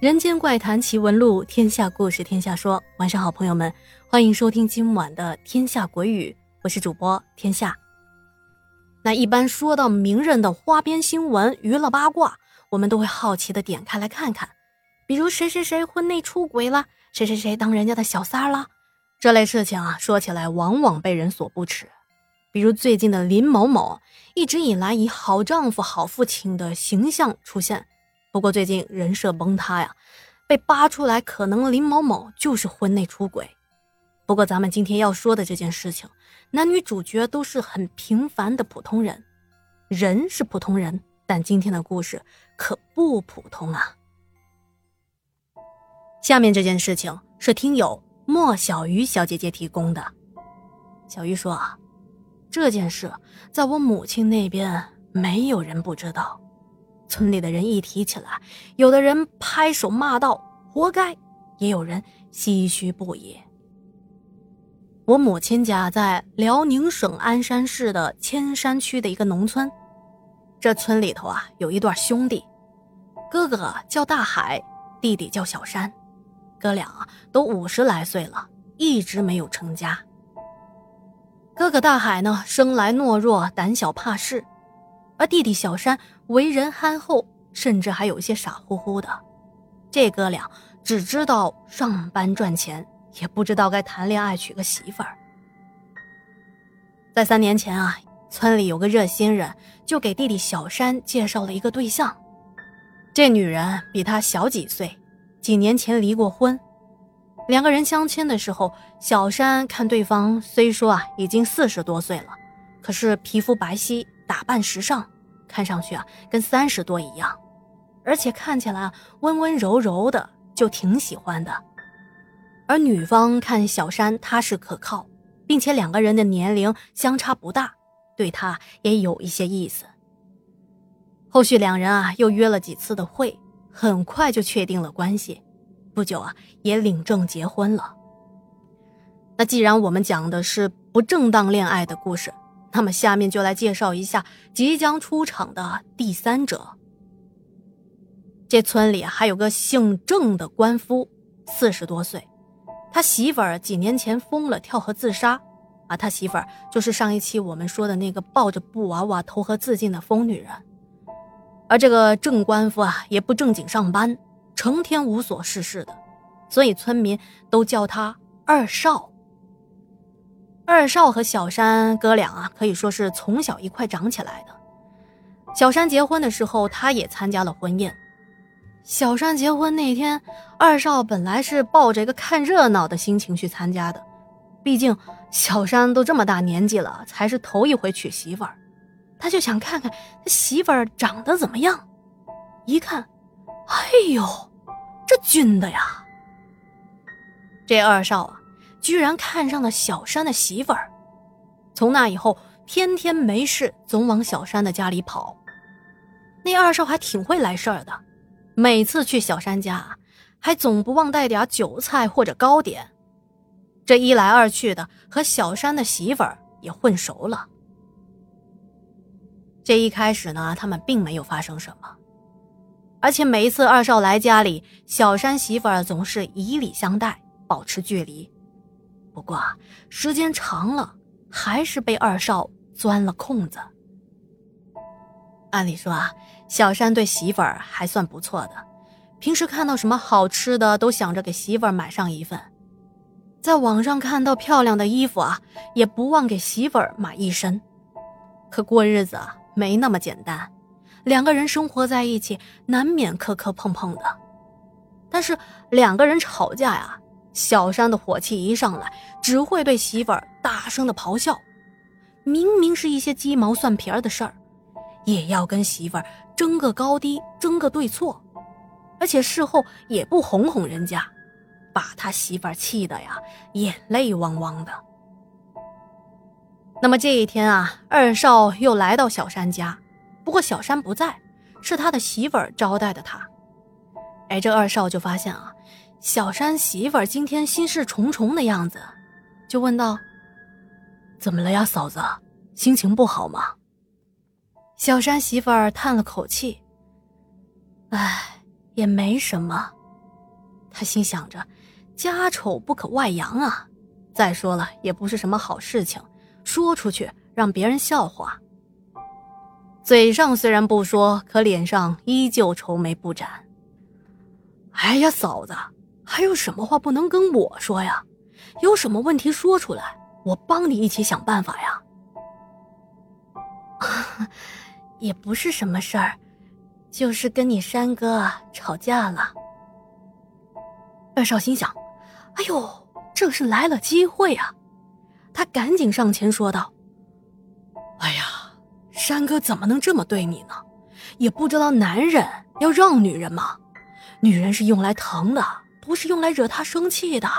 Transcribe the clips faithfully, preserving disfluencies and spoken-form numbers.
人间怪谈奇闻录，天下故事天下说。晚上好朋友们，欢迎收听今晚的天下鬼语，我是主播天下。那一般说到名人的花边新闻、娱乐八卦，我们都会好奇的点开来看看，比如谁谁谁婚内出轨了，谁谁谁当人家的小三了，这类事情啊，说起来往往被人所不齿。比如最近的林某某，一直以来以好丈夫好父亲的形象出现，不过最近人设崩塌呀，被扒出来可能林某某就是婚内出轨。不过咱们今天要说的这件事情，男女主角都是很平凡的普通人，人是普通人，但今天的故事可不普通啊。下面这件事情是听友莫小鱼小姐姐提供的。小鱼说啊，这件事在我母亲那边没有人不知道，村里的人一提起来，有的人拍手骂道活该，也有人唏嘘不已。我母亲家在辽宁省鞍山市的千山区的一个农村，这村里头啊有一对兄弟，哥哥叫大海，弟弟叫小山，哥俩啊都五十来岁了，一直没有成家。哥哥大海呢，生来懦弱，胆小怕事，而弟弟小山为人憨厚，甚至还有些傻乎乎的。这哥俩只知道上班赚钱，也不知道该谈恋爱娶个媳妇儿。在三年前啊，村里有个热心人就给弟弟小山介绍了一个对象。这女人比他小几岁，几年前离过婚。两个人相亲的时候，小山看对方虽说啊已经四十多岁了，可是皮肤白皙，打扮时尚，看上去啊跟三十多一样，而且看起来啊温温柔柔的，就挺喜欢的。而女方看小山踏实可靠，并且两个人的年龄相差不大，对他也有一些意思。后续两人啊又约了几次的会，很快就确定了关系，不久啊也领证结婚了。那既然我们讲的是不正当恋爱的故事，那么下面就来介绍一下即将出场的第三者。这村里还有个姓郑的官夫，四十多岁，他媳妇儿几年前疯了，跳河自杀啊，他媳妇儿就是上一期我们说的那个抱着布娃娃投河自尽的疯女人。而这个郑官夫啊也不正经上班，成天无所事事的，所以村民都叫他二少。二少和小山哥俩啊可以说是从小一块长起来的。小山结婚的时候，他也参加了婚宴。小山结婚那天，二少本来是抱着一个看热闹的心情去参加的，毕竟小山都这么大年纪了，才是头一回娶媳妇儿，他就想看看他媳妇儿长得怎么样。一看，哎呦，这俊的呀！这二少啊居然看上了小山的媳妇儿，从那以后天天没事总往小山的家里跑。那二少还挺会来事儿的，每次去小山家还总不忘带点酒菜或者糕点。这一来二去的，和小山的媳妇儿也混熟了。这一开始呢，他们并没有发生什么，而且每一次二少来家里，小山媳妇儿总是以礼相待，保持距离。不过时间长了，还是被二少钻了空子。按理说啊，小山对媳妇儿还算不错的，平时看到什么好吃的都想着给媳妇儿买上一份，在网上看到漂亮的衣服啊，也不忘给媳妇儿买一身。可过日子啊没那么简单，两个人生活在一起，难免磕磕碰碰的。但是两个人吵架呀，小山的火气一上来，只会对媳妇儿大声的咆哮，明明是一些鸡毛蒜皮的事儿，也要跟媳妇儿争个高低，争个对错，而且事后也不哄哄人家，把他媳妇儿气得呀眼泪汪汪的。那么这一天啊，二少又来到小山家，不过小山不在，是他的媳妇儿招待的他。哎，这二少就发现啊，小山媳妇儿今天心事重重的样子，就问道：怎么了呀，嫂子？心情不好吗？小山媳妇儿叹了口气：哎，也没什么， 他心想着，家丑不可外扬啊，再说了也不是什么好事情，说出去让别人笑话。嘴上虽然不说，可脸上依旧愁眉不展。哎呀，嫂子，还有什么话不能跟我说呀？有什么问题说出来，我帮你一起想办法呀。也不是什么事儿，就是跟你山哥吵架了。二少心想，哎呦，这是来了机会啊。他赶紧上前说道，哎呀，山哥怎么能这么对你呢？也不知道男人要让女人吗？女人是用来疼的，不是用来惹他生气的。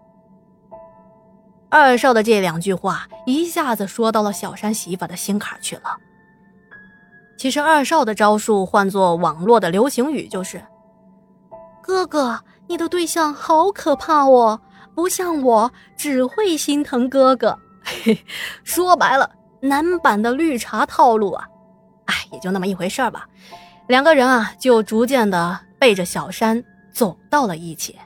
二少的这两句话一下子说到了小山媳妇的心坎去了。其实二少的招数换作网络的流行语就是，哥哥，你的对象好可怕哦，不像我只会心疼哥哥。说白了，男版的绿茶套路啊。哎，也就那么一回事吧。两个人啊就逐渐的背着小山走到了一起。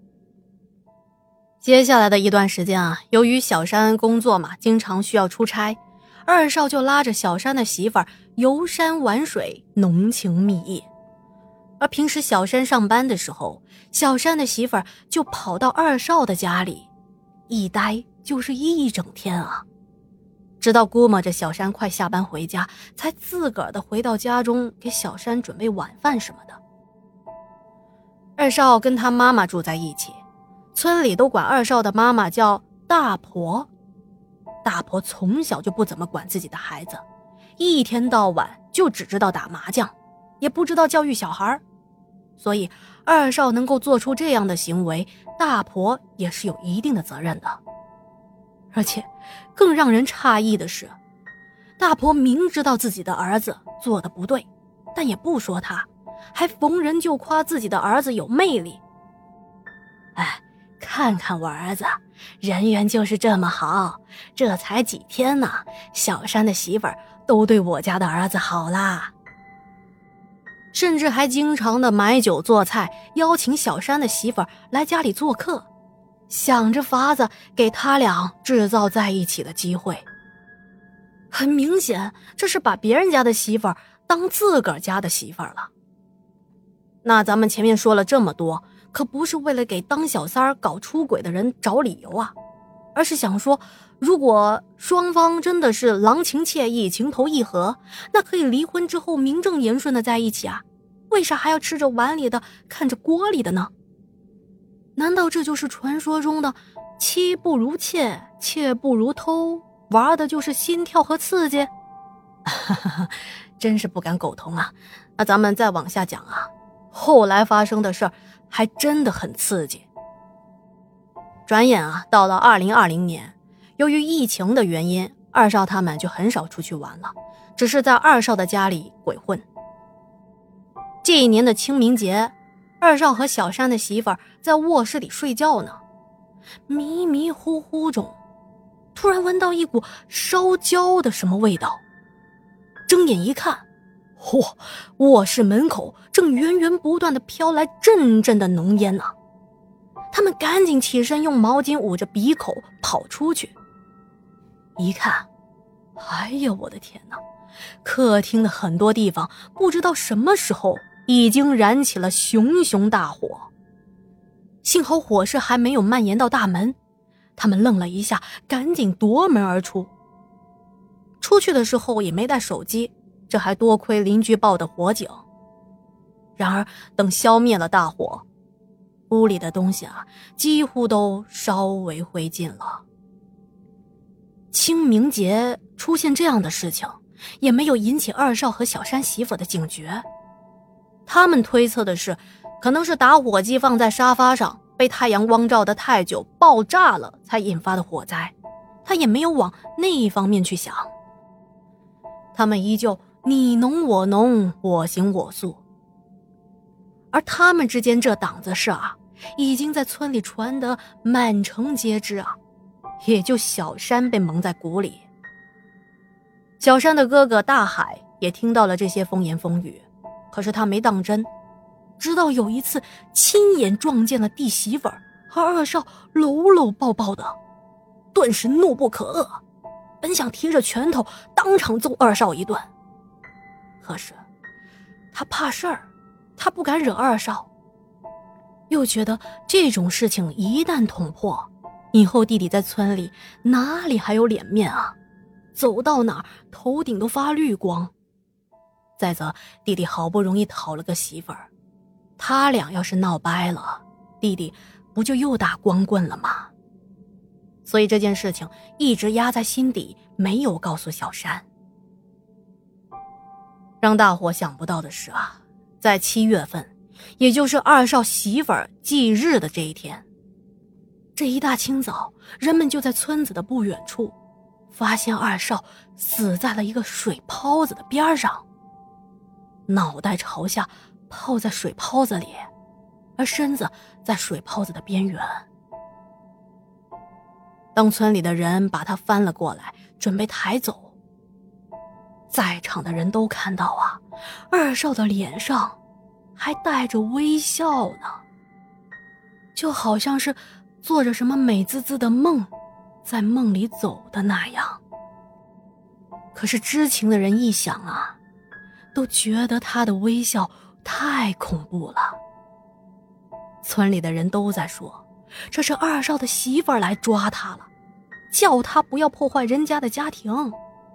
接下来的一段时间啊，由于小山工作嘛，经常需要出差，二少就拉着小山的媳妇儿游山玩水，浓情蜜意。而平时小山上班的时候，小山的媳妇儿就跑到二少的家里，一待就是一整天啊。直到估摸着小山快下班回家，才自个儿的回到家中给小山准备晚饭什么的。二少跟他妈妈住在一起，村里都管二少的妈妈叫大婆。大婆从小就不怎么管自己的孩子，一天到晚就只知道打麻将，也不知道教育小孩，所以二少能够做出这样的行为，大婆也是有一定的责任的。而且更让人诧异的是，大婆明知道自己的儿子做的不对，但也不说他，还逢人就夸自己的儿子有魅力。哎，看看我儿子，人缘就是这么好，这才几天呢，小山的媳妇儿都对我家的儿子好啦。甚至还经常的买酒做菜，邀请小山的媳妇儿来家里做客，想着法子给他俩制造在一起的机会。很明显，这是把别人家的媳妇儿当自个儿家的媳妇儿了。那咱们前面说了这么多，可不是为了给当小三儿搞出轨的人找理由啊，而是想说，如果双方真的是郎情妾意，情投意合，那可以离婚之后名正言顺的在一起啊，为啥还要吃着碗里的看着锅里的呢？难道这就是传说中的妻不如妾，妾不如偷，玩的就是心跳和刺激？真是不敢苟同啊。那咱们再往下讲啊，后来发生的事儿还真的很刺激。转眼啊，到了二零二零年，由于疫情的原因，二少他们就很少出去玩了，只是在二少的家里鬼混。这一年的清明节，二少和小山的媳妇儿在卧室里睡觉呢，迷迷糊糊中，突然闻到一股烧焦的什么味道。睁眼一看，嚯，卧室门口正源源不断地飘来阵阵的浓烟呢。他们赶紧起身，用毛巾捂着鼻口跑出去。一看，哎呀，我的天哪！客厅的很多地方不知道什么时候已经燃起了熊熊大火。幸好火势还没有蔓延到大门，他们愣了一下，赶紧夺门而出。出去的时候也没带手机，这还多亏邻居报的火警。然而等消灭了大火，屋里的东西啊，几乎都烧为灰烬了。清明节出现这样的事情，也没有引起二少和小山媳妇的警觉。他们推测的是，可能是打火机放在沙发上，被太阳光照得太久爆炸了才引发的火灾，他也没有往那一方面去想。他们依旧你侬我侬，我行我素。而他们之间这档子事啊，已经在村里传得满城皆知啊，也就小山被蒙在鼓里。小山的哥哥大海也听到了这些风言风语，可是他没当真。 直到有一次亲眼撞见了弟媳妇儿和二少搂搂抱抱的，顿时怒不可遏，本想提着拳头当场揍二少一顿，可是他怕事儿，他不敢惹二少，又觉得这种事情一旦捅破，以后弟弟在村里哪里还有脸面啊，走到哪儿头顶都发绿光。再则弟弟好不容易讨了个媳妇儿，他俩要是闹掰了，弟弟不就又打光棍了吗？所以这件事情一直压在心底，没有告诉小山。让大伙想不到的是啊，在七月份，也就是二少媳妇儿忌日的这一天，这一大清早，人们就在村子的不远处发现二少死在了一个水泡子的边上，脑袋朝下泡在水泡子里，而身子在水泡子的边缘。当村里的人把他翻了过来，准备抬走，在场的人都看到啊，二少的脸上还带着微笑呢，就好像是做着什么美滋滋的梦，在梦里走的那样。可是知情的人一想啊，都觉得他的微笑太恐怖了。村里的人都在说，这是二少的媳妇儿来抓他了，叫他不要破坏人家的家庭。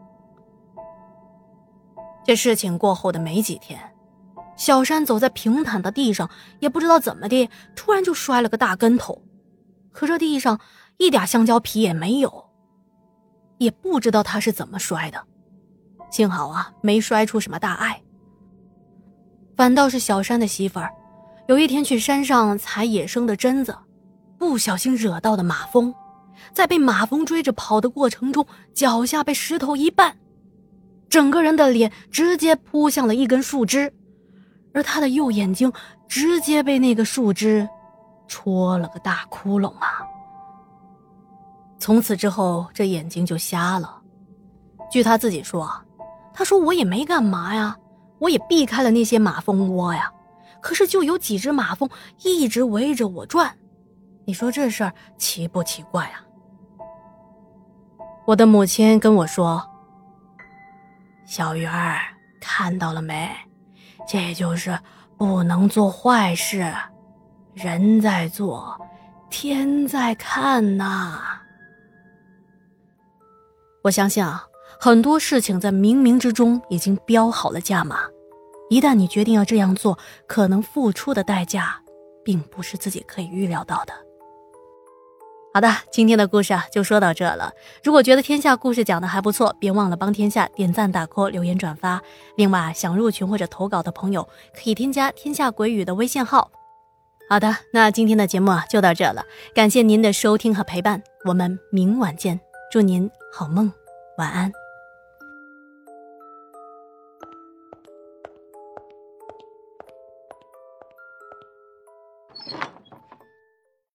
这事情过后的没几天，小山走在平坦的地上，也不知道怎么的，突然就摔了个大跟头。可这地上一点香蕉皮也没有，也不知道他是怎么摔的。幸好啊，没摔出什么大碍。反倒是小山的媳妇儿，有一天去山上采野生的榛子，不小心惹到的马蜂，在被马蜂追着跑的过程中，脚下被石头一绊，整个人的脸直接扑向了一根树枝，而他的右眼睛直接被那个树枝戳了个大窟窿啊！从此之后，这眼睛就瞎了。据他自己说，他说我也没干嘛呀，我也避开了那些马蜂窝呀，可是就有几只马蜂一直围着我转，你说这事儿奇不奇怪啊？我的母亲跟我说，小鱼儿，看到了没？这就是不能做坏事，人在做，天在看呐。我相信啊，很多事情在冥冥之中已经标好了价码，一旦你决定要这样做，可能付出的代价并不是自己可以预料到的。好的，今天的故事啊就说到这了。如果觉得天下故事讲的还不错，别忘了帮天下点赞打 call 留言转发。另外想入群或者投稿的朋友可以添加天下鬼语的微信号。好的，那今天的节目啊就到这了，感谢您的收听和陪伴，我们明晚见，祝您好梦，晚安。